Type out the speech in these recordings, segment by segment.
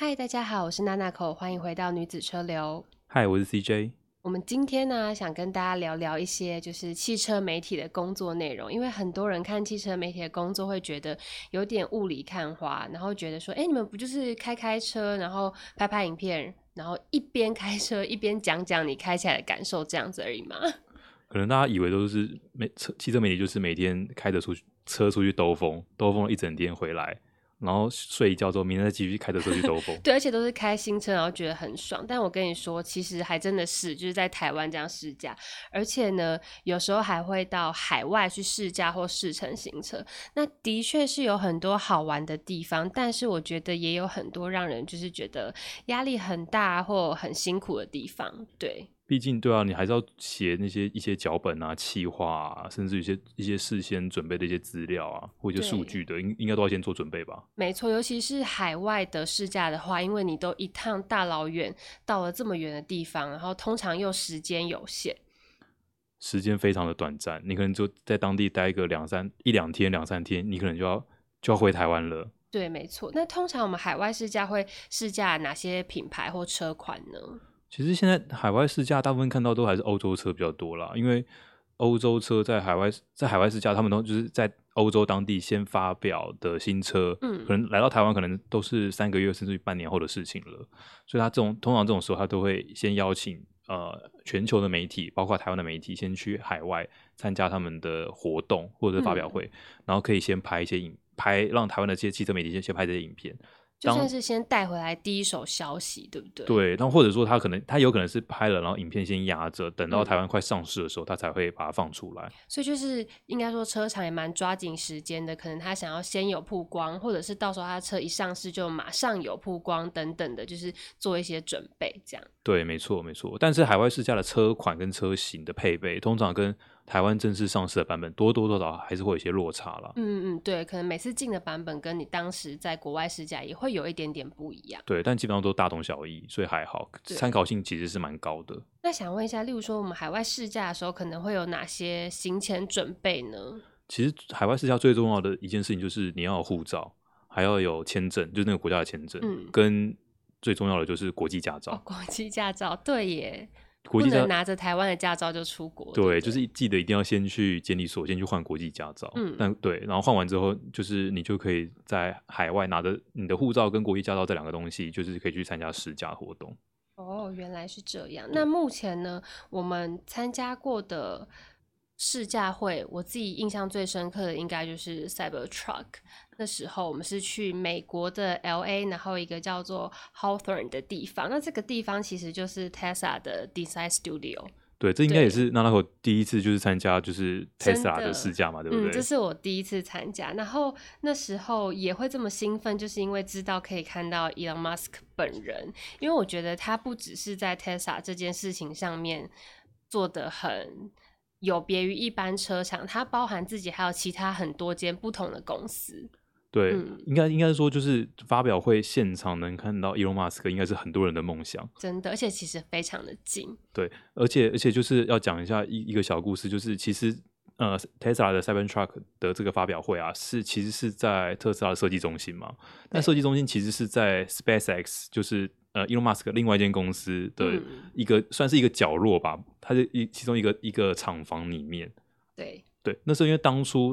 嗨，大家好，我是娜娜口，欢迎回到女子车流。 嗨，我是 CJ。 我们今天呢，想跟大家聊聊一些就是汽车媒体的工作内容，因为很多人看汽车媒体的工作会觉得有点雾里看花，然后觉得说，你们不就是开车，然后拍影片，然后一边开车一边讲你开起来的感受这样子而已吗？ 可能大家以为都是汽车媒体就是每天开着车出去兜风了一整天回来，然后睡一觉之后，明天再继续开着车去兜风。 对，而且都是开新车，然后觉得很爽。但我跟你说，其实还真的是就是在台湾这样试驾，而且呢，有时候还会到海外去试驾或试乘新车。那的确是有很多好玩的地方，但是我觉得也有很多让人就是觉得压力很大或很辛苦的地方。对。 毕竟对啊，你还是要写一些脚本啊、企划啊，甚至一些事先准备的一些资料啊，或一些数据的，应该都要先做准备吧。 没错，尤其是海外的试驾的话，因为你都一趟大老远到了这么远的地方，然后通常又时间有限， 时间非常的短暂，你可能就在当地待个一两天、两三天，你可能就要回台湾了。 对，没错。那通常我们海外试驾会试驾哪些品牌或车款呢？ 其实现在海外试驾大部分看到都还是欧洲车比较多啦，因为欧洲车在海外试驾，他们都就是在欧洲当地先发表的新车，可能来到台湾可能都是3个月甚至于半年后的事情了，所以他通常这种时候他都会先邀请全球的媒体，包括台湾的媒体，先去海外参加他们的活动或者是发表会，然后可以先拍一些让台湾的这些汽车媒体先拍这些影片。 就算是先带回来第一手消息，对不对？ 对，然后或者说他有可能是拍了，然后影片先压着，等到台湾快上市的时候，他才会把它放出来。 所以就是应该说车厂也蛮抓紧时间的，可能他想要先有曝光，或者是到时候他车一上市就马上有曝光等等的，就是做一些准备这样。 对，没错。但是海外试驾的车款跟车型的配备，通常跟台湾正式上市的版本多多少少还是会有一些落差啦。 对，可能每次进的版本跟你当时在国外试驾也会有一点点不一样。 对，但基本上都大同小异，所以还好，参考性其实是蛮高的。 那想问一下，例如说我们海外试驾的时候，可能会有哪些行前准备呢？ 其实海外试驾最重要的一件事情就是你要有护照，还要有签证，就是那个国家的签证，跟最重要的就是国际驾照。 国际驾照，对耶。 国际不能拿着台湾的驾照就出国。 对，就是记得一定要先去监理所先去换国际驾照。然后换完之后，就是你就可以在海外拿着你的护照跟国际驾照这两个东西，就是可以去参加试驾活动。 哦，原来是这样。那目前呢，我们参加过的试驾会，我自己印象最深刻的应该就是 Cybertruck。那时候我们是去美国的 LA， 然后一个叫做 Hawthorne 的地方。那这个地方其实就是 Tesla 的 Design Studio。 对，这应该也是娜娜口第一次就是参加就是 Tesla 的试驾嘛，对不对？ 这是我第一次参加，然后那时候也会这么兴奋，就是因为知道可以看到 Elon Musk 本人，因为我觉得他不只是在 Tesla 这件事情上面做得很有别于一般车厂，它包含自己还有其他很多间不同的公司。 对，应该说就是发表会现场能看到 Elon Musk 应该是很多人的梦想， 真的，而且其实非常的近。 对，而且就是要讲一下一个小故事，就是其实Tesla 的 Cybertruck 的这个发表会啊，其实是在特斯拉的设计中心嘛，但设计中心其实是在 SpaceX， 就是Elon Musk 另外一间公司的算是一个角落吧，它是其中一个厂房里面。对，那时候因为当初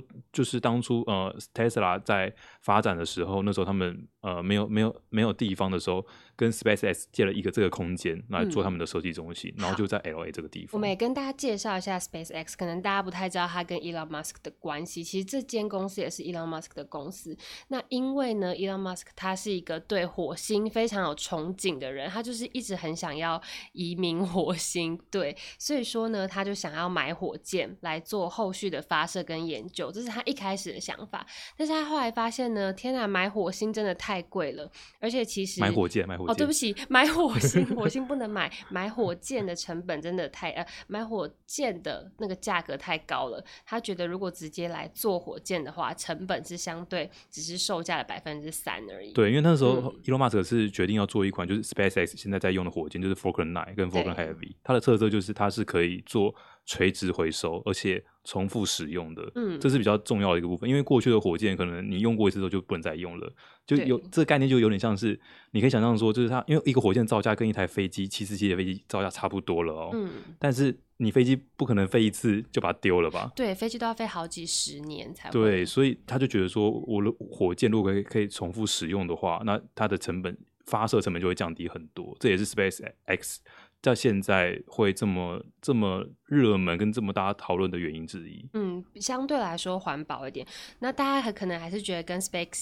Tesla 在发展的时候，那时候他们没有地方的时候，跟 SpaceX 借了一个这个空间来做他们的设计中心，然后就在 LA 这个地方。 我们也跟大家介绍一下 SpaceX， 可能大家不太知道它跟 Elon Musk 的关系。其实这间公司也是 Elon Musk 的公司。那因为呢 ，Elon Musk 他是一个对火星非常有憧憬的人，他就是一直很想要移民火星，对，所以说呢，他就想要买火箭来做后续的发射跟研究，这是他一开始的想法。但是他后来发现呢，天哪，买火星真的太贵了，而且其实买火箭哦，对不起，买火星，火星不能买火箭的成本真的买火箭的那个价格太高了。他觉得如果直接来做火箭的话，成本是相对只是售价的3%而已。 对，因为那时候 Elon Musk 是决定要做一款就是 SpaceX 现在在用的火箭，就是 Falcon 9跟 Falcon Heavy，它的特色就是它是可以做垂直回收，而且重复使用的，这是比较重要的一个部分。因为过去的火箭可能你用过一次之后就不能再用了，就有这个概念就有点像是你可以想象说，就是它因为一个火箭造价跟一台飞机747的飞机造价差不多了哦，但是你飞机不可能飞一次就把它丢了吧？ 对，飞机都要飞好几十年才会。 对，所以他就觉得说，我的火箭如果可以重复使用的话，那它的发射成本就会降低很多。这也是 SpaceX 在现在会这么热门跟这么大家讨论的原因之一。 相对来说环保一点。那大家可能还是觉得跟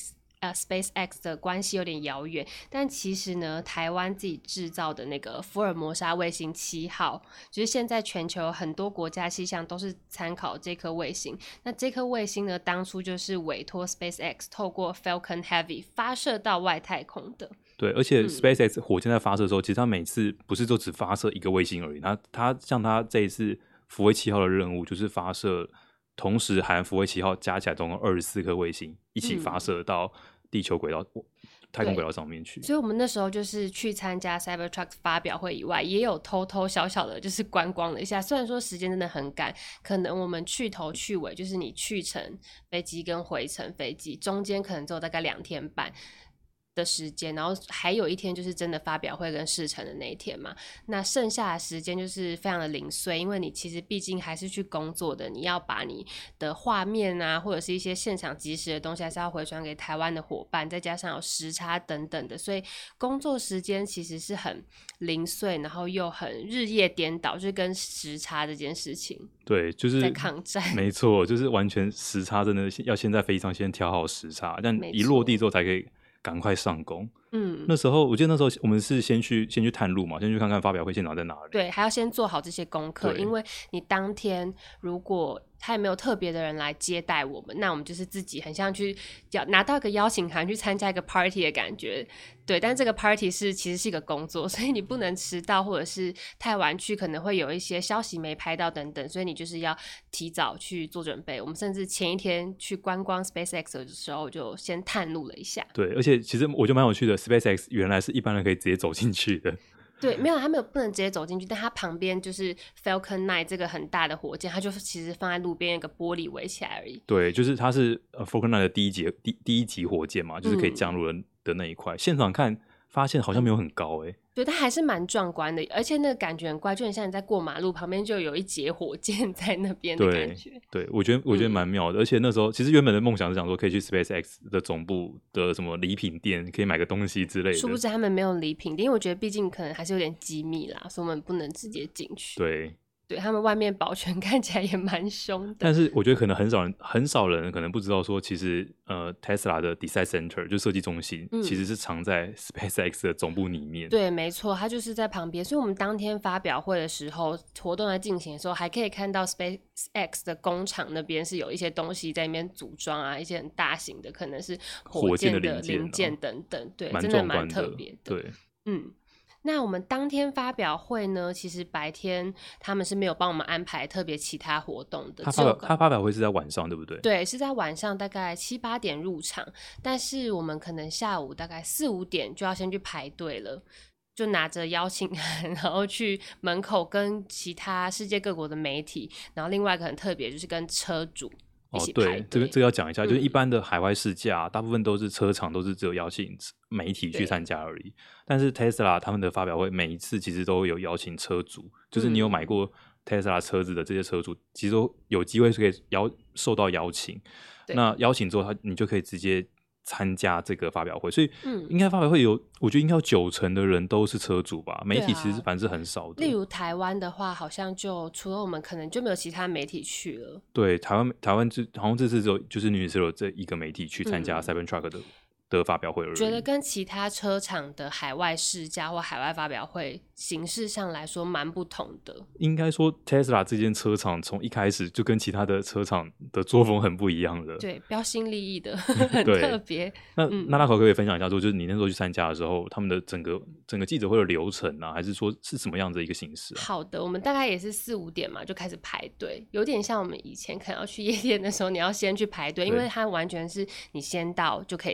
SpaceX 的关系有点遥远，但其实呢，台湾自己制造的那个福尔摩沙卫星7号，就是现在全球很多国家气象都是参考这颗卫星。那这颗卫星呢，当初就是委托 SpaceX 透过 Falcon Heavy 发射到外太空的。 对，而且 SpaceX 火箭在发射的时候，其实它每次不是就只发射一个卫星而已，它像它这一次福卫7号的任务就是发射，同时含福卫7号加起来总共24颗卫星一起发射到地球轨道、太空轨道上面去。 所以我们那时候就是去参加 Cybertruck 发表会以外，也有偷偷小小的就是观光了一下。虽然说时间真的很赶，可能我们去头去尾，就是你去程飞机跟回程飞机中间可能只有大概2天半的时间，然后还有一天就是真的发表会跟试乘的那一天嘛，那剩下的时间就是非常的零碎，因为你其实毕竟还是去工作的，你要把你的画面啊或者是一些现场即时的东西还是要回传给台湾的伙伴，再加上有时差等等的，所以工作时间其实是很零碎，然后又很日夜颠倒，就是跟时差这件事情对，就是在抗战。 没错，就是完全时差真的要先在飞机上先调好时差，但一落地之后才可以赶快上工。那时候我记得那时候我们是先去探路嘛，先去看看发表会现场在哪里。 对，还要先做好这些功课，因为你当天如果他也没有特别的人来接待我们，那我们就是自己很像去拿到一个邀请函去参加一个 party 的感觉。对，但这个 party 其实是一个工作，所以你不能迟到或者是太晚去，可能会有一些消息没拍到等等，所以你就是要提早去做准备。我们甚至前一天去观光 SpaceX 的时候就先探路了一下。 对，而且其实我觉得蛮有趣的， SpaceX 原来是一般人可以直接走进去的。 对，没有，他不能直接走进去，但他旁边就是 Falcon 9这个很大的火箭，它就是其实放在路边一个玻璃围起来而已。 对，就是它是Falcon 9的第一级火箭嘛，就是可以降落的那一块。现场看发现好像没有很高对，但还是蛮壮观的，而且那个感觉很怪，就很像你在过马路旁边就有一节火箭在那边的感觉。 对，我觉得蛮妙的。而且那时候其实原本的梦想是想说可以去 SpaceX 的总部的什么礼品店可以买个东西之类的， 殊不知他们没有礼品店，因为我觉得毕竟可能还是有点机密啦，所以我们不能直接进去。对，他们外面保全看起来也蛮凶的， 但是我觉得可能很少人可能不知道说，其实Tesla 的 Design Center 就设计中心，其实是藏在 SpaceX 的总部里面。 对，没错，它就是在旁边。所以我们当天发表会的时候，活动在进行的时候，还可以看到 SpaceX 的工厂那边是有一些东西在那边组装啊，一些很大型的，可能是火箭的零件等等，对，真的蛮特别的。 对， 那我们当天发表会呢，其实白天他们是没有帮我们安排特别其他活动的。 他发表会是在晚上，对不对？ 对，是在晚上大概7、8点入场，但是我们可能下午大概4、5点就要先去排队了，就拿着邀请函，然后去门口跟其他世界各国的媒体，然后另外一个很特别就是跟车主一起排队。 对，这个要讲一下，就是一般的海外试驾，大部分都是车厂都是只有邀请媒体去参加而已。但是 Tesla 他们的发表会每一次其实都有邀请车主，就是你有买过 Tesla 车子的这些车主，其实都有机会是可以受到邀请。那邀请之后，你就可以直接参加这个发表会，所以应该发表会我觉得应该有90%的人都是车主吧，媒体其实反正是很少的。 例如台湾的话，好像就除了我们，可能就没有其他媒体去了。 对，台湾好像这次就是女只有这一个媒体去参加 Cybertruck 的发表会而已。 觉得跟其他车厂的海外试驾或海外发表会形式上来说蛮不同的。 应该说 Tesla 这间车厂从一开始就跟其他的车厂的作风很不一样的。 对，标新立异的很特别。 那可不可以分享一下说，就是你那时候去参加的时候，他们的整个记者会的流程啊，还是说是什么样的一个形式啊？ 好的，我们大概也是4、5点嘛就开始排队，有点像我们以前可能要去夜店的时候，你要先去排队，因为它完全是你先到就可以先进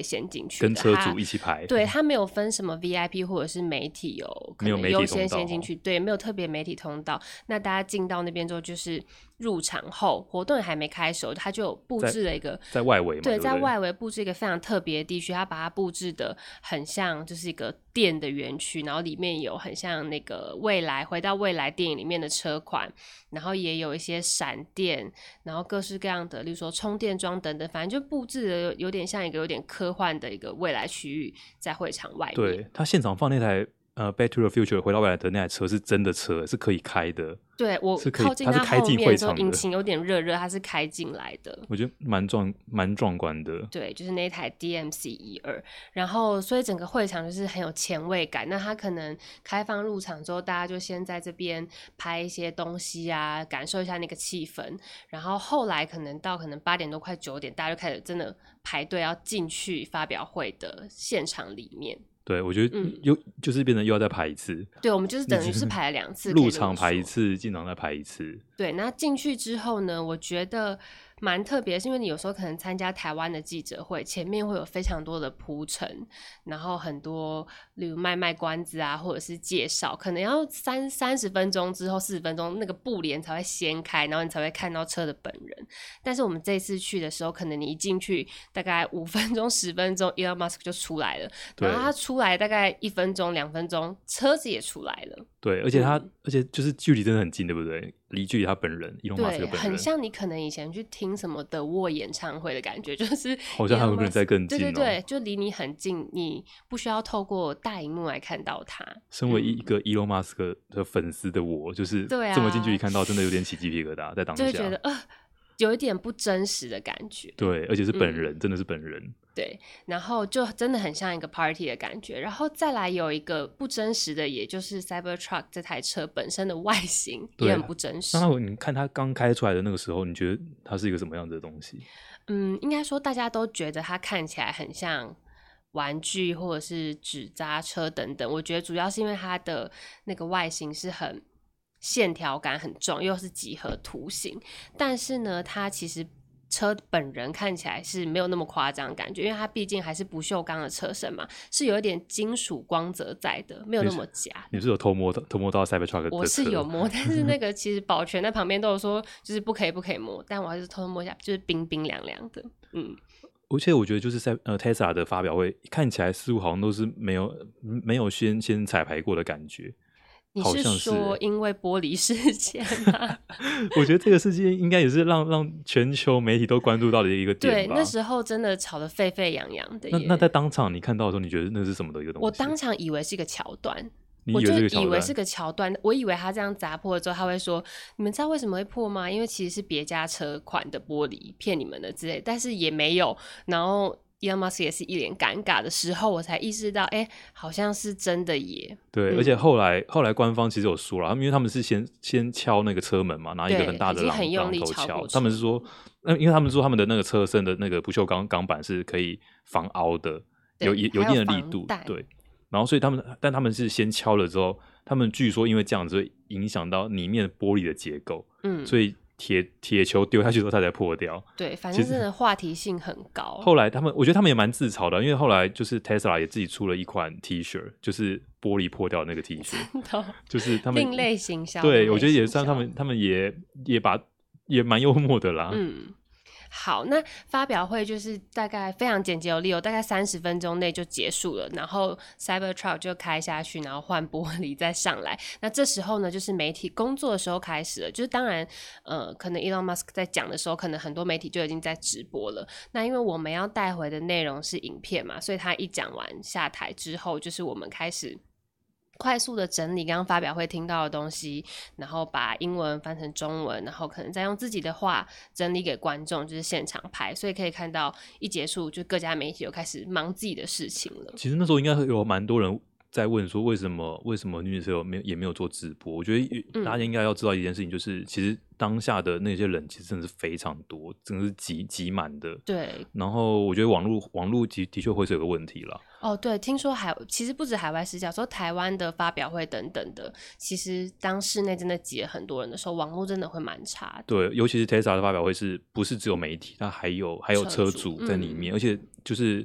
去的， 跟车主一起排， 对，他没有分什么 VIP 或者是媒体可能优先先进去，对，没有特别媒体通道。那大家进到那边之后，就是入场后活动也还没开始，他就布置了一个在外围嘛， 对， 对， 在外围布置一个非常特别的地区，他把它布置的很像就是一个电的园区，然后里面有很像那个回到未来电影里面的车款，然后也有一些闪电，然后各式各样的，例如说充电桩等等，反正就布置的有点像一个有点科幻的一个未来区域在会场外面。 对，他现场放那台Back to the Future 回到未来的那台车是真的车，是可以开的。 对，我靠近它后面的时候，引擎有点热，它是开进来的。 我觉得蛮壮观的。 对，就是那台 DMC-12，然后所以整个会场就是很有前卫感。那它可能开放入场之后，大家就先在这边拍一些东西啊，感受一下那个气氛。然后后来可能8点多快9点，大家就开始真的排队要进去发表会的现场里面。 对，我觉得就是变成又要再排一次。 对，我们就是等于是排了2次， 入场排一次，进场再排一次。 对，那进去之后呢，我觉得蛮特别的是，因为你有时候可能参加台湾的记者会，前面会有非常多的铺陈，然后很多例如卖关子啊，或者是介绍，可能要30分钟之后40分钟那个布帘才会掀开，然后你才会看到车的本人。但是我们这次去的时候，可能你一进去大概5分钟10分钟 Elon Musk 就出来了，然后他出来大概1分钟2分钟车子也出来了。 对，而且就是距离真的很近，对不对？离距离他本人Elon Musk本人， 很像你可能以前去听什么的沃演唱会的感觉，就是好像还有个人在更近。 对对对，就离你很近，你不需要透过大荧幕来看到他。 身为一个 Elon Musk 的粉丝的我，就是这么近距离看到，真的有点起鸡皮疙瘩，在当下就会觉得有一点不真实的感觉。 对，而且是本人，真的是本人。 对，然后就真的很像一个 party 的感觉。然后再来有一个不真实的，也就是 Cybertruck 这台车本身的外形也很不真实。 那你看它刚开出来的那个时候，你觉得它是一个什么样子的东西？ 应该说大家都觉得它看起来很像玩具或者是纸扎车等等。我觉得主要是因为它的那个外形是很线条感很重，又是几何图形，但是呢，它其实车本人看起来是没有那么夸张的感觉，因为它毕竟还是不锈钢的车身嘛，是有一点金属光泽在的，没有那么假。 你是有偷摸到 Cybertruck 的车？ 我是有摸，但是那个其实保全在旁边都有说，就是不可以摸，但我还是偷摸一下，就是冰冰凉凉的。 而且我觉得就是Tesla 的发表会看起来似乎好像都是没有先彩排过的感觉。 你是说因为玻璃事件吗？ 我觉得这个事件应该也是让全球媒体都关注到的一个点吧。 对，那时候真的吵得沸沸扬扬的耶。 那在当场你看到的时候，你觉得那是什么的一个东西？ 我当场以为是一个桥段。 我就以为是个桥段，我以为他这样砸破了之后，他会说：“你们知道为什么会破吗？因为其实是别家车款的玻璃骗你们的之类。”但是也没有。然后 Elon Musk 也是一脸尴尬的时候，我才意识到，好像是真的耶。 对，而且后来官方其实有说了，因为他们是先敲那个车门嘛，拿一个很大的榔头敲。他们是说，因为他们说他们的那个车身的那个不锈钢板是可以防凹的，有一定的力度，对。然后所以但他们是先敲了之后，他们据说因为这样子会影响到里面玻璃的结构，所以铁球丢下去之后它才破掉。 对，反正真的话题性很高。 后来我觉得他们也蛮自嘲的，因为后来就是 Tesla 也自己出了一款 T 恤，就是玻璃破掉的那个 T 恤，就是他们另类行销。 对，我觉得也算他们也蛮幽默的啦。 好，那发表会就是大概非常简洁有力，大概30分钟内就结束了，然后 Cybertruck 就开下去，然后换玻璃再上来。那这时候呢，就是媒体工作的时候开始了，就是当然可能 Elon Musk 在讲的时候，可能很多媒体就已经在直播了。那因为我们要带回的内容是影片嘛，所以他一讲完下台之后，就是我们开始快速的整理刚刚发表会听到的东西，然后把英文翻成中文，然后可能再用自己的话整理给观众，就是现场拍。所以可以看到一结束就各家媒体又开始忙自己的事情了。 其实那时候应该有蛮多人在问说为什么女子也没有做直播。我觉得大家应该要知道一件事情，就是其实当下的那些人其实真的是非常多，真的是挤满的。 对， 然后我觉得网络的确会是有个问题啦。 对，听说其实不止海外视角，说台湾的发表会等等的，其实当室内真的挤了很多人的时候，网络真的会蛮差的。 对，尤其是 Tesla 的发表会不是只有媒体，它还有车主在里面，而且就是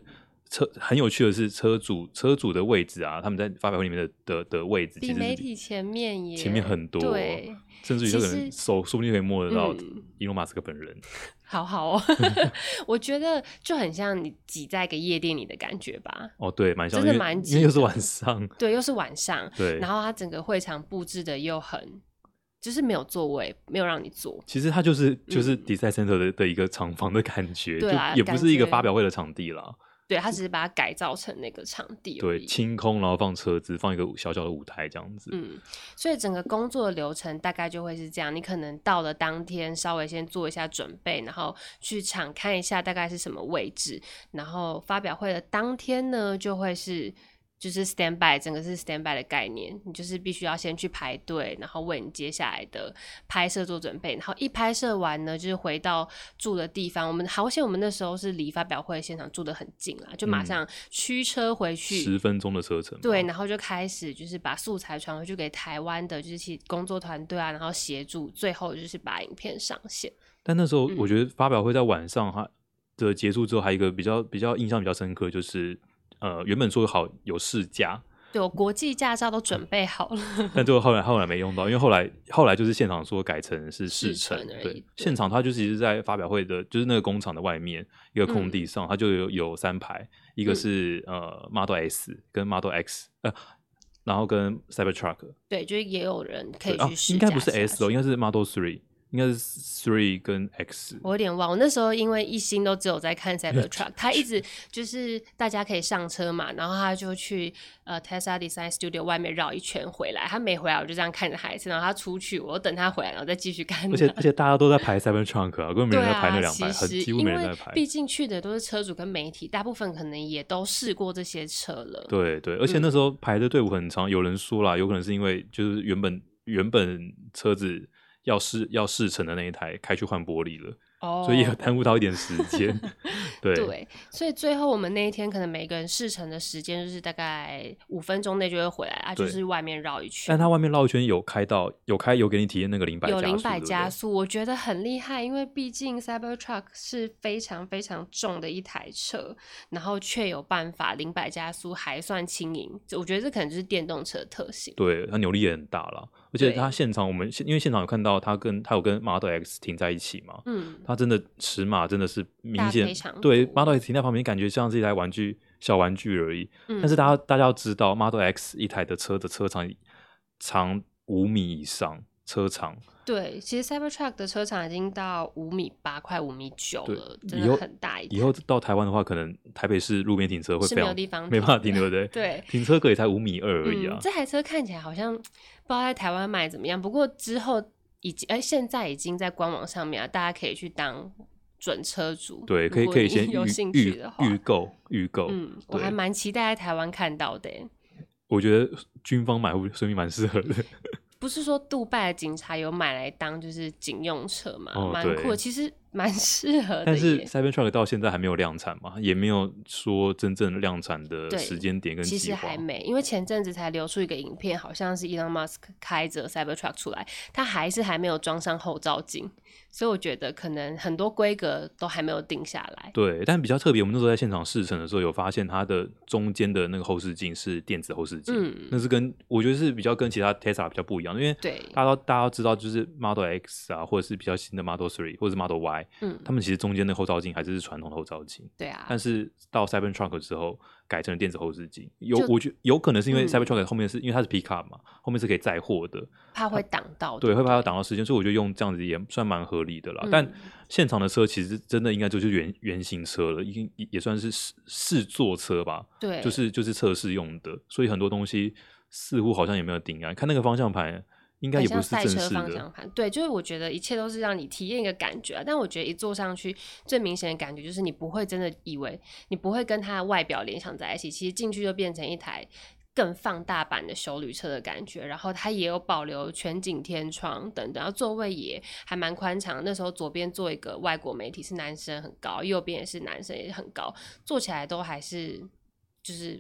很有趣的是车主的位置啊，他们在发表会里面的位置， 比媒体前面耶， 前面很多， 对， 甚至于就可能手说不定可以摸得到伊隆马斯克本人。 好好哦，我觉得就很像你挤在一个夜店里的感觉吧。 哦，对，蛮像， 真的蛮挤的， 因为又是晚上， 对，又是晚上， 对， 然后它整个会场布置的又很，就是没有座位，没有让你坐。 其实它就是 Design Center 的一个厂房的感觉， 对啊， 就也不是一个发表会的场地啦。 对，他只是把它改造成那个场地而已， 对，清空，然后放车子，放一个小小的舞台这样子。 所以整个工作的流程大概就会是这样。你可能到了当天，稍微先做一下准备，然后去场看一下大概是什么位置，然后发表会的当天呢，就会是。就是 stand by， 整个是 stand by 的概念，你就是必须要先去排队，然后为你接下来的拍摄做准备，然后一拍摄完呢，就是回到住的地方。好险我们那时候是离发表会现场住得很近啦，就马上驱车回去 ，10分钟的车程。 对，然后就开始就是把素材传回去给台湾的就是工作团队啊，然后协助，最后就是把影片上线。 但那时候我觉得发表会在晚上它的结束之后，还有一个比较印象比较深刻，就是原本说好有试驾， 对，我国际驾照都准备好了， 但最后后来没用到，因为后来就是现场说改成是试乘，对，现场它就其实在发表会的，就是那个工厂的外面一个空地上，它就有3排，一个是Model S 跟 Model X，然后跟 Cybertruck， 对，就是也有人可以去试驾， 应该不是 S 哦，应该是 Model 3。应该是 3跟 X， 我有点忘。我那时候因为一心都只有在看 Cybertruck， 他一直就是大家可以上车嘛，然后他就去Tesla Design Studio 外面绕一圈回来。他没回来，我就这样看着他一次，然后他出去，我等他回来，然后再继续看。 而且大家都在排 Cybertruck 啊，根本没人在排那2排，几乎没人在排。 毕竟去的都是车主跟媒体，大部分可能也都试过这些车了。 对对，而且那时候排的队伍很长，有人说啦，有可能是因为就是原本车子要试乘的那一台开去换玻璃了，所以也耽误到一点时间。对， 所以最后我们那一天可能每个人试乘的时间就是大概5分钟内就会回来啊，就是外面绕一圈。 但他外面绕一圈有给你体验那个0-100加速， 有0-100加速，我觉得很厉害，因为毕竟 Cybertruck 是非常非常重的一台车，然后却有办法0-100加速还算轻盈，我觉得这可能就是电动车的特性。 对，它扭力也很大啦，而且它现场因为现场有看到它有跟 Model X 停在一起嘛，它真的尺码真的是明显，对 Model X 停在旁边感觉像是一台小玩具而已，但是大家要知道 Model X 一台的车长5米以上，车长。 对，其实 Cybertruck 的车长已经到5.8米，快5.9米了，真的很大一台。 以后到台湾的话，可能台北市路边停车会非常没有地方停， 没办法停，对不对？ 对， 停车格也才5.2米而已啊。 这台车看起来好像不知道在台湾卖怎么样，不过之后现在已经在官网上面啊，大家可以去当准车主。 对，可以先有兴趣的话预购。 我还蛮期待在台湾看到的耶。 我觉得军方买会说明蛮适合的。 不是说杜拜的警察有买来当就是警用车嘛，蛮酷的，其实蛮适合的。 但是 Cybertruck 到现在还没有量产嘛，也没有说真正量产的时间点跟计划。 其实还没，因为前阵子才流出一个影片，好像是 Elon Musk 开着 Cybertruck 出来，他还没有装上后照镜，所以我觉得可能很多规格都还没有定下来。 对，但比较特别，我们那时候在现场试乘的时候，有发现它的中间的那个后视镜是电子后视镜，那是我觉得是比较跟其他 Tesla 比较不一样，因为大家都知道，就是 Model X 啊，或者是比较新的 Model 3或者是 Model Y，他们其实中间的后照镜还是传统的后照镜， 对啊。 但是到 Cybertruck 之后改成了电子后视镜，我觉得有可能是因为 Cybertruck 后面因为它是 Pickup 嘛，后面是可以载货的， 怕会挡到， 对，会怕它挡到时间，所以我觉得用这样子也算蛮合理的啦。但现场的车其实真的应该就是原型车了，也算是试坐车吧， 对， 就是测试用的，所以很多东西似乎好像也没有定案。看那个方向盘，应该也不是正式的赛车方向盘。对，就是我觉得一切都是让你体验一个感觉，但我觉得一坐上去，最明显的感觉就是你不会真的以为，你不会跟它的外表联想在一起，其实进去就变成一台更放大版的休旅车的感觉，然后它也有保留全景天窗等等，然后座位也还蛮宽敞。那时候左边坐一个外国媒体是男生很高，右边也是男生也很高，坐起来都还是就是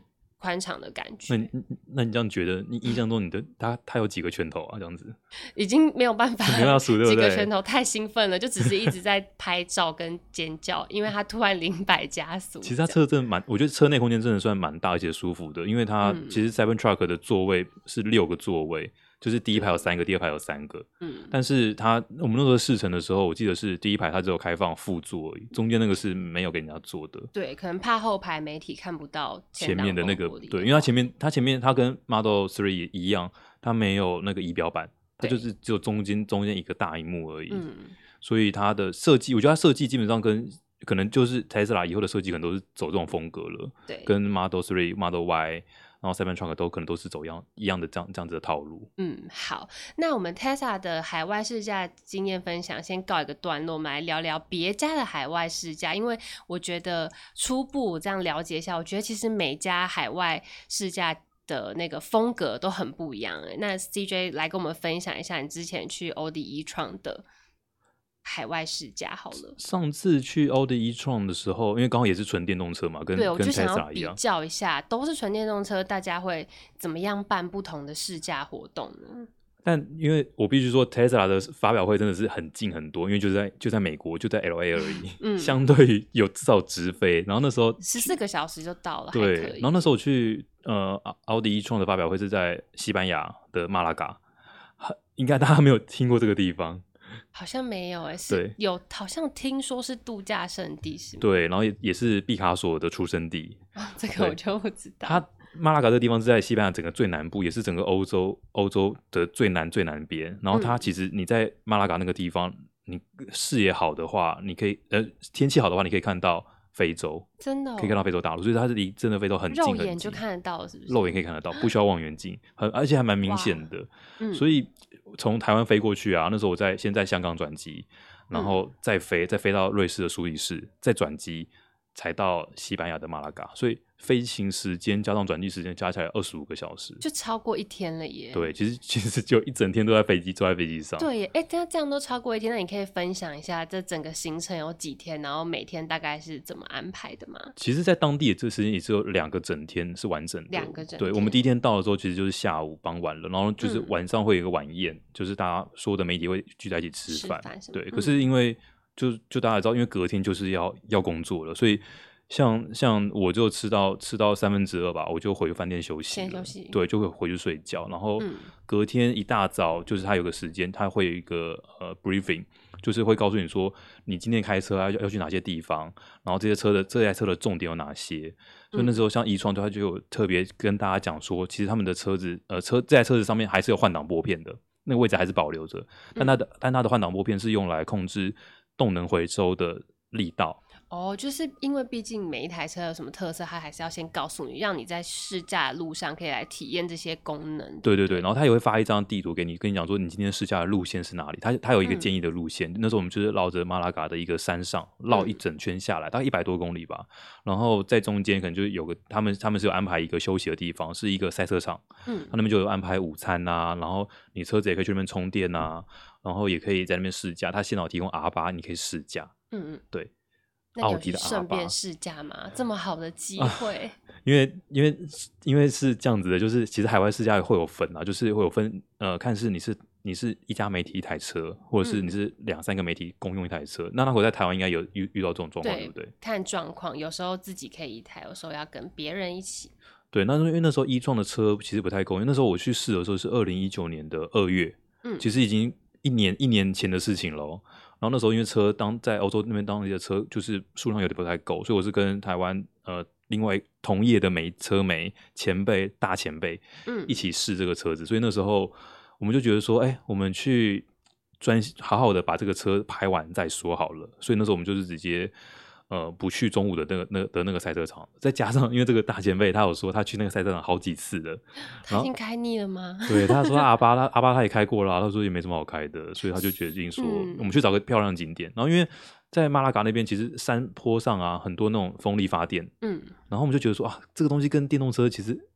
宽敞的感那觉。 你这样觉得，你印象中他有几个拳头啊？这样子已经没有办法没有要数，对不几个对？ 拳头太兴奋了，就只是一直在拍照跟尖叫，因为他突然0-100加速。 其实它车真的我觉得车内空间真的算蛮大而且舒服的，因为它其实 Cybertruck 的座位是6个座位，就是第一排有3个，第二排有3个。但是我们那时候试乘的时候，我记得是第一排它只有开放副座而已，中间那个是没有给人家坐的。 对，可能怕后排媒体看不到前面的那个，对，因为它前面它跟 Model 3一样，它没有那个仪表板，它就是只有中间一个大荧幕而已。所以它的设计，我觉得它设计基本上可能就是 Tesla 以后的设计可能都是走这种风格了， 对， 跟 Model 3、Model Y， 然后 Cybertruck 可能都是走一样的这样子的套路。 好，那我们 Tesla 的海外试驾经验分享先告一个段落，我们来聊聊别家的海外试驾，因为我觉得初步这样了解一下，我觉得其实每家海外试驾的那个风格都很不一样。那 CJ 来跟我们分享一下你之前去欧迪e-tron 的海外试驾好了。 上次去欧迪e-tron 的时候，因为刚好也是纯电动车嘛，跟 Tesla 一样， 比较一下，都是纯电动车，大家会怎么样办不同的试驾活动呢？ 但因为我必须说 Tesla 的发表会真的是很近很多，因为就在美国，就在 LA 而已，相对于有至少直飞，然后那时候 14个小时就到了， 对， 还可以。 然后那时候我去奥迪e-tron 的发表会是在西班牙的马拉嘎，应该大家没有听过这个地方。 好像没有是有，好像听说是度假胜地是吗？ 对，然后也是毕卡索的出生地。 这个我就不知道。 它马拉嘎这个地方是在西班牙整个最南部，也是整个欧洲的最南边。然后它其实你在马拉嘎那个地方，你视野好的话，你可以天气好的话，你可以看到非洲， 真的可以看到非洲大陆，所以它是离真的非洲很近很近， 肉眼就看得到，是不是？ 肉眼可以看得到，不需要望远镜，而且还蛮明显的。所以从台湾飞过去啊，那时候我先在香港转机，然后再飞到瑞士的苏黎世，再转机才到西班牙的马拉嘎，所以飞行时间加上转机时间加起来25个小时， 就超过1天了耶。 对，其实就一整天都在飞机上。 对耶，这样都超过1天，那你可以分享一下这整个行程有几天，然后每天大概是怎么安排的吗？ 其实在当地的这个时间也只有2个整天是完整的 ，2个整天。 对，我们第一天到的时候其实就是下午傍晚了，然后就是晚上会有一个晚宴，就是大家所有的媒体会聚在一起吃饭。对，可是因为就大家知道，因为隔天就是要工作了，所以像我就吃到2/3吧，我就回饭店休息了， 先休息。 对，就会回去睡觉。然后隔天一大早，就是他有个时间，他会有一个briefing， 就是会告诉你说你今天开车要去哪些地方，然后这台车的重点有哪些。所以那时候像e-tron他就有特别跟大家讲说，其实他们的车子这台车子上面还是有换挡拨片的，那个位置还是保留着，但它的换挡拨片是用来控制动能回收的力道。 就是因为毕竟每一台车有什么特色，它还是要先告诉你，让你在试驾的路上可以来体验这些功能。 对，然后他也会发一张地图跟你讲说你今天试驾的路线是哪里，他有一个建议的路线。那时候我们就是绕着马拉嘎的一个山上绕一整圈下来，大概100多公里吧。然后在中间可能就有个他们是有安排一个休息的地方，是一个赛车场。他那边就有安排午餐啊，然后你车子也可以去那边充电啊，然后也可以在那边试驾。他现场提供 R8，你可以试驾。对。 那你有去顺便试驾吗？这么好的机会。 因为是这样子的，就是其实海外试驾会有分啊，就是会有分看是你是一家媒体一台车，或者是你是2-3个媒体共用一台车。那我在台湾应该有遇到这种状况，对不对？ 看状况，有时候自己可以一台，有时候要跟别人一起。 对，那因为那时候e-tron的车其实不太够，因为那时候我去试的时候是2019年的2月，其实已经一年前的事情了。然后那时候因为车在欧洲那边当地的车就是数量有点不太够，所以我是跟台湾另外同业的车媒大前辈一起试这个车子，所以那时候我们就觉得说，我们去好好的把这个车拍完再说好了。所以那时候我们就是直接不去中午的那个赛车场，再加上因为这个大前辈他有说他去那个赛车场好几次了， 他已经开腻了吗？ 对，他说阿巴他也开过了，他说也没什么好开的，所以他就决定说我们去找个漂亮的景点。然后因为在马拉嘎那边其实山坡上啊很多那种风力发电，然后我们就觉得说这个东西跟电动车其实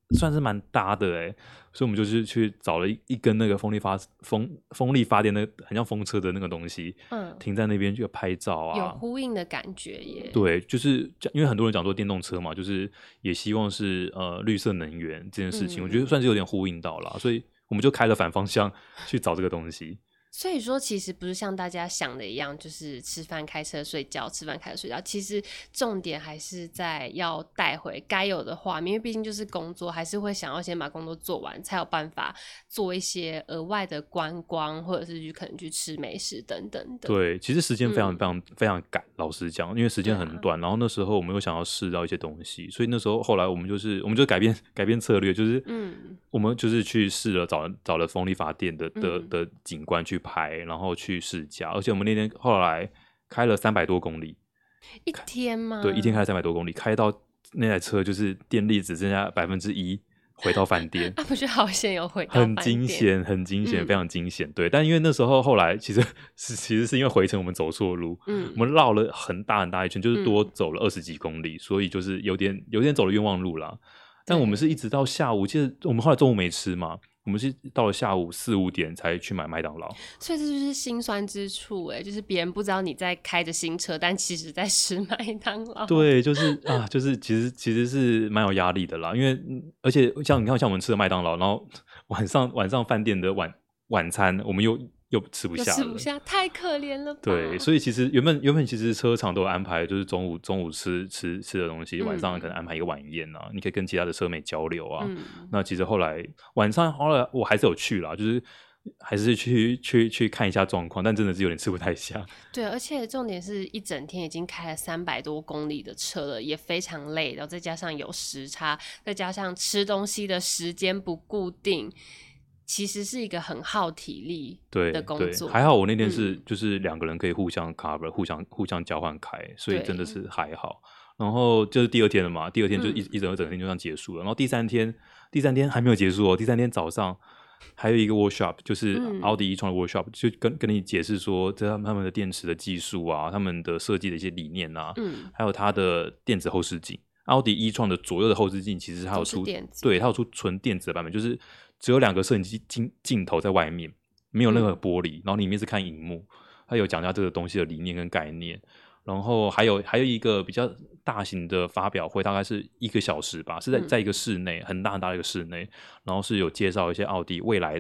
算是蛮搭的所以我们就是去找了一根那个风力发电的很像风车的那个东西，停在那边就拍照啊， 有呼应的感觉耶。 对，就是因为很多人讲说电动车嘛，就是也希望是绿色能源这件事情，我觉得算是有点呼应到啦，所以我们就开了反方向去找这个东西。 所以说，其实不是像大家想的一样，就是吃饭开车睡觉，吃饭开车睡觉。其实重点还是在要带回该有的画面，因为毕竟就是工作，还是会想要先把工作做完，才有办法做一些额外的观光，或者是可能去吃美食等等的。 对，其实时间非常非常非常赶，老实讲，因为时间很短。然后那时候我们又想要试到一些东西，所以那时候后来我们就改变策略，就是我们就是去试了找了风力发电的景观去拍，然后去试驾，而且我们那天后来开了300多公里， 一天吗？ 对，一天开了300多公里，开到那台车就是电力只剩下1%，回到饭店。 不是好险有回到饭店， 很惊险，很惊险，非常惊险。对，但因为那时候后来其实是因为回程我们走错路，我们绕了很大很大一圈，就是多走了20几公里，所以就是有点走了冤枉路啦。但我们是一直到下午，记得我们后来中午没吃嘛，我们是到了下午4、5点才去买麦当劳， 所以这就是辛酸之处就是别人不知道你在开着新车，但其实在吃麦当劳。 对，就是就是其实是蛮有压力的啦，因为而且像你看，像我们吃的麦当劳，然后晚上饭店的晚餐，我们又吃不下了， 吃不下，太可怜了吧。 对，所以其实原本其实车厂都有安排，就是中午吃的东西，晚上可能安排一个晚宴啊，你可以跟其他的车美交流啊。那其实后来晚上我还是有去啦，就是还是去看一下状况，但真的是有点吃不太下。 对，而且重点是一整天已经开了300多公里的车了，也非常累，然后再加上有时差，再加上吃东西的时间不固定。其实是一个很耗体力的工作。 对，还好我那天就是2个人可以互相 cover，互相交换开，所以真的是还好。然后就是第2天了嘛，第2天就一整天就这样结束了。然后第三天还没有结束第3天早上还有一个 workshop， 就是奥迪e-tron 的 workshop， 就跟你解释说这他们的电池的技术啊，他们的设计的一些理念啊，还有它的电子后视镜。奥迪e-tron 的左右的后视镜其实它有出，对，它有出纯电子的版本，就是只有2个摄影机镜头在外面，没有任何玻璃，然后里面是看萤幕。它有讲一下这个东西的理念跟概念，然后还有一个比较大型的发表会，大概是1个小时吧，是在一个室内，很大的一个室内，然后是有介绍一些奥迪未来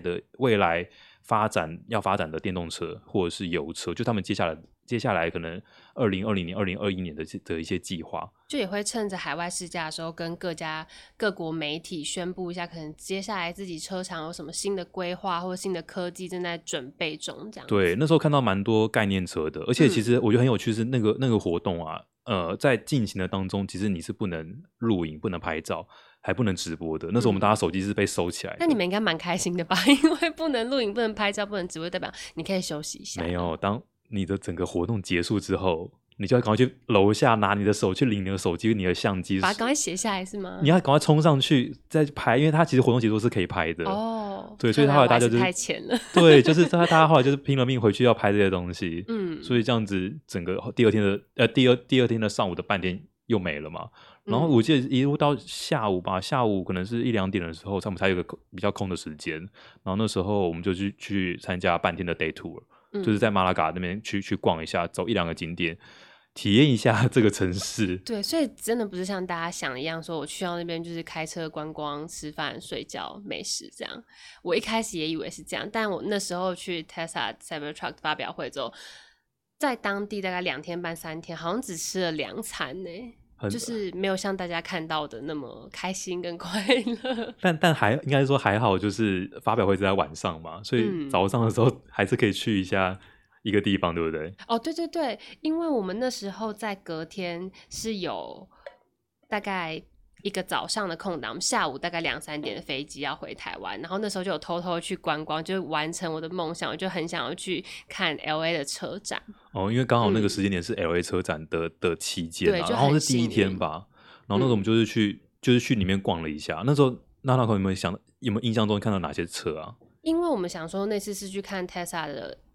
要发展的电动车或者是油车，就他们接下来可能2020年、2021年的一些计划， 就也会趁着海外试驾的时候，跟各国媒体宣布一下，可能接下来自己车厂有什么新的规划或者新的科技正在准备中，这样子。 对，那时候看到蛮多概念车的，而且其实我觉得很有趣是那个活动啊，在进行的当中，其实你是不能录影、不能拍照，还不能直播的。那时候我们大家手机是被收起来的。 那你们应该蛮开心的吧？因为不能录影、不能拍照、不能直播，代表你可以休息一下。 没有，当你的整个活动结束之后，你就要赶快去楼下拿你的手去领你的手机、你的相机， 把它赶快写下来是吗？ 你要赶快冲上去再拍，因为它其实活动结束是可以拍的哦。 对，所以后来大家就是太浅了。 对，就是大家后来就是拼了命回去要拍这些东西。所以这样子整个第二天的上午的半天又没了嘛。然后我记得一路到下午吧，下午可能是1、2点的时候，我们才有个比较空的时间。然后那时候我们就去参加半天的 day tour。就是在马拉嘎那边去逛一下，走1、2个景点，体验一下这个城市。 对，所以真的不是像大家想的一样，说我去到那边就是开车观光、吃饭、睡觉、美食这样。我一开始也以为是这样，但我那时候去 Tesla Cybertruck 发表会之后，在当地大概2天半3天，好像只吃了2餐呢。就是没有像大家看到的那么开心跟快乐。但还应该说还好，就是发表会是在晚上嘛，所以早上的时候还是可以去一下一个地方，对不对？ 哦，对对对，因为我们那时候在隔天是有大概一个早上的空档，下午大概2、3点的飞机要回台湾，然后那时候就有偷偷去观光，就完成我的梦想，我就很想要去看 LA 的车展。 因为刚好那个时间点是 LA 车展的期间然后是第1天吧，然后那时候我们就是去里面逛了一下。那时候那有没有印象中看到哪些车啊？ 因为我们想说那次是去看 Tesla 的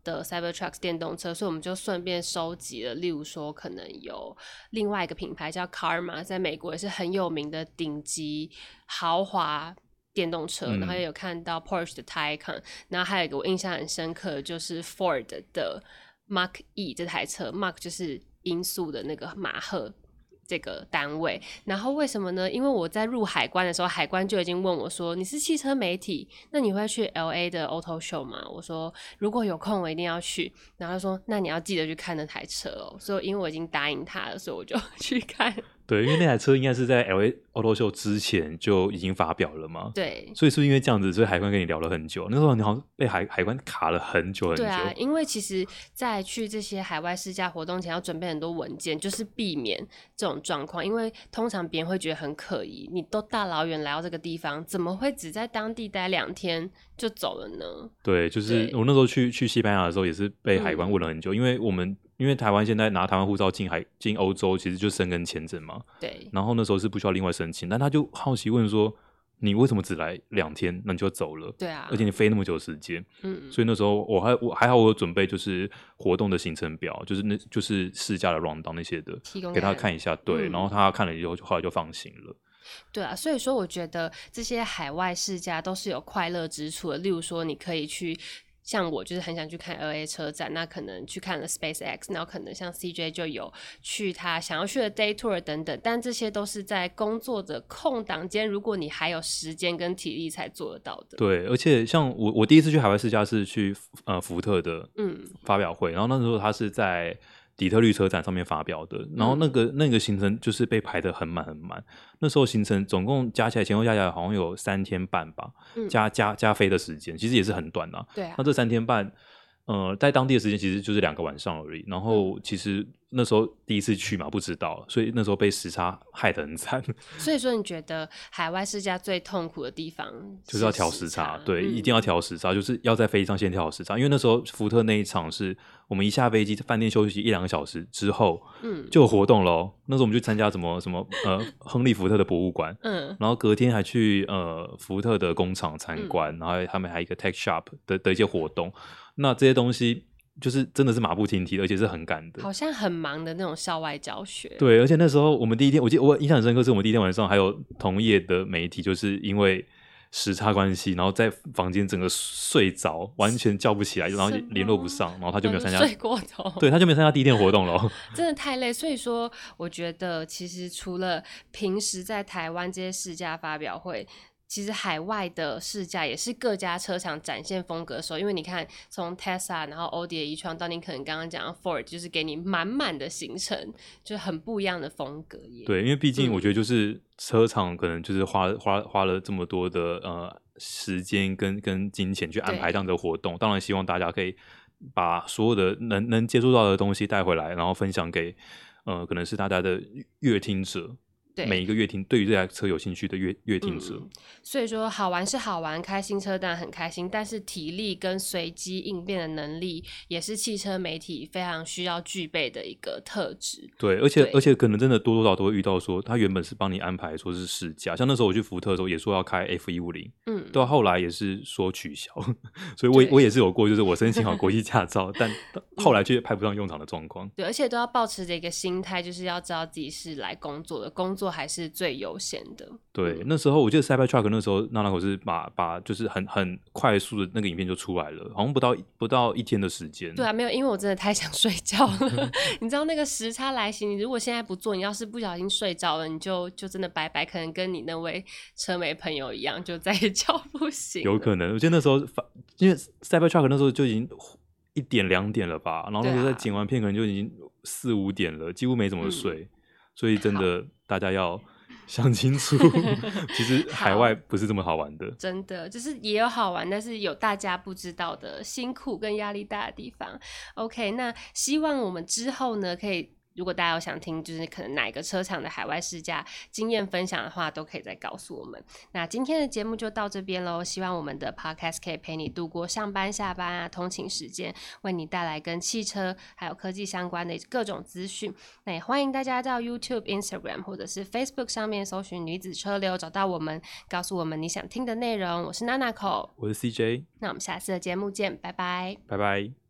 的 Cybertruck 电动车，所以我们就顺便收集了，例如说可能有另外一个品牌叫 Karma， 在美国也是很有名的顶级豪华电动车，然后也有看到 Porsche 的 Taycan， 然后还有一个我印象很深刻的就是 Ford 的 Mach E 这台车， Mach 就是音速的那个马赫这个单位。然后为什么呢？因为我在入海关的时候，海关就已经问我说，你是汽车媒体，那你会去 LA 的 Auto Show 吗？我说如果有空我一定要去。然后他说那你要记得去看那台车哦。所以因为我已经答应他了，所以我就去看。 对，因为那台车应该是在 LA Auto Show 之前就已经发表了嘛。 对， 所以是不是因为这样子，所以海关跟你聊了很久？那时候你好像被海关卡了很久很久。 对啊，因为其实在去这些海外试驾活动前要准备很多文件，就是避免这种状况。因为通常别人会觉得很可疑，你都大老远来到这个地方，怎么会只在当地待2天就走了呢？ 对，就是我那时候去西班牙的时候，也是被海关问了很久，因为台湾现在拿台湾护照进欧洲，其实就申根签证嘛。 对。 然后那时候是不需要另外申请，但他就好奇问说，你为什么只来2天，那你就走了？ 对啊， 而且你飞那么久的时间，所以那时候我还好，我有准备就是活动的行程表，就是试驾的 rundown 那些的，给他看一下，对，然后他看了以后，后来就放心了。 对啊，所以说我觉得这些海外试驾都是有快乐之处的。例如说，你可以去。像我就是很想去看 LA 车展，那可能去看了 SpaceX， 然后可能像 CJ 就有去他想要去的 Day Tour 等等，但这些都是在工作的空档间，如果你还有时间跟体力才做得到的。 对，而且像我第一次去海外试驾是去福特的发表会，然后那时候他是在底特律车展上面发表的，然后那个行程就是被排得很满很满。那时候行程总共加起来前后加起来好像有3天半吧，加飞的时间，其实也是很短的。 对啊， 那这3天半，在当地的时间其实就是2个晚上而已。然后其实那时候第一次去嘛，不知道，所以那时候被时差害得很惨。 所以说，你觉得海外试驾最痛苦的地方就是要调时差？对，一定要调时差，就是要在飞机上先调时差。因为那时候福特那一场是我们一下飞机，饭店休息1-2个小时之后，就有活动咯。那时候我们去参加什么亨利福特的博物馆，然后隔天还去福特的工厂参观，然后他们还有一个 Tech Shop 的一些活动。那这些东西就是真的是马不停蹄，而且是很赶的， 好像很忙的那种校外教学。 对，而且那时候我们第一天，我印象很深刻，是我们第一天晚上还有同业的媒体，就是因为时差关系，然后在房间整个睡着，完全叫不起来，然后联络不上，然后他就没有参加， 睡过头， 对，他就没有参加第一天活动了。 真的太累。所以说，我觉得其实除了平时在台湾这些试驾发表会，其实海外的试驾也是各家车厂展现风格的时候，因为你看从 Tesla 然后欧迪的一创到你可能刚刚讲的 Ford， 就是给你满满的行程，就很不一样的风格耶。 对，因为毕竟我觉得就是车厂可能就是花了这么多的时间跟金钱去安排这样的活动，当然希望大家可以把所有的能接触到的东西带回来，然后分享给可能是大家的乐听者。每一个乐听对于这台车有兴趣的乐听者， 所以说好玩是好玩，开新车当然很开心，但是体力跟随机应变的能力也是汽车媒体非常需要具备的一个特质。 对，而且可能真的多多少少都会遇到说，他原本是帮你安排说是试驾，像那时候我去福特的时候也说要开 F150，到后来也是说取消，所以我也是有过，就是我申请好国际驾照，但后来却派不上用场的状况。 对，而且都要保持着一个心态，就是要知道自己是来工作的，工作还是最优先的。 对，那时候我记得 Cybertruck 那时候那口是把就是很快速的那个影片就出来了，好像不到1天的时间。 对啊，没有，因为我真的太想睡觉了。你知道那个时差来袭，你如果现在不做，你要是不小心睡着了，你就真的拜拜，可能跟你那位车媒朋友一样，就再也叫不醒了。 有可能，我记得那时候因为 Cybertruck 那时候就已经1点2点了吧，然后那时候在剪完片可能就已经4、5点了，几乎没怎么睡，所以真的大家要想清楚，其实海外不是这么好玩的， 真的就是也有好玩，但是有大家不知道的辛苦跟压力大的地方。OK， 那希望我们之后呢可以。如果大家有想听，就是可能哪一个车厂的海外试驾经验分享的话，都可以再告诉我们。那今天的节目就到这边咯，希望我们的 podcast 可以陪你度过上班、下班啊、通勤时间，为你带来跟汽车还有科技相关的各种资讯。那也欢迎大家到 YouTube、Instagram 或者是 Facebook 上面搜寻女子车流，找到我们，告诉我们你想听的内容。我是 Nanako， 我是 CJ， 那我们下次的节目见，拜拜， 拜拜。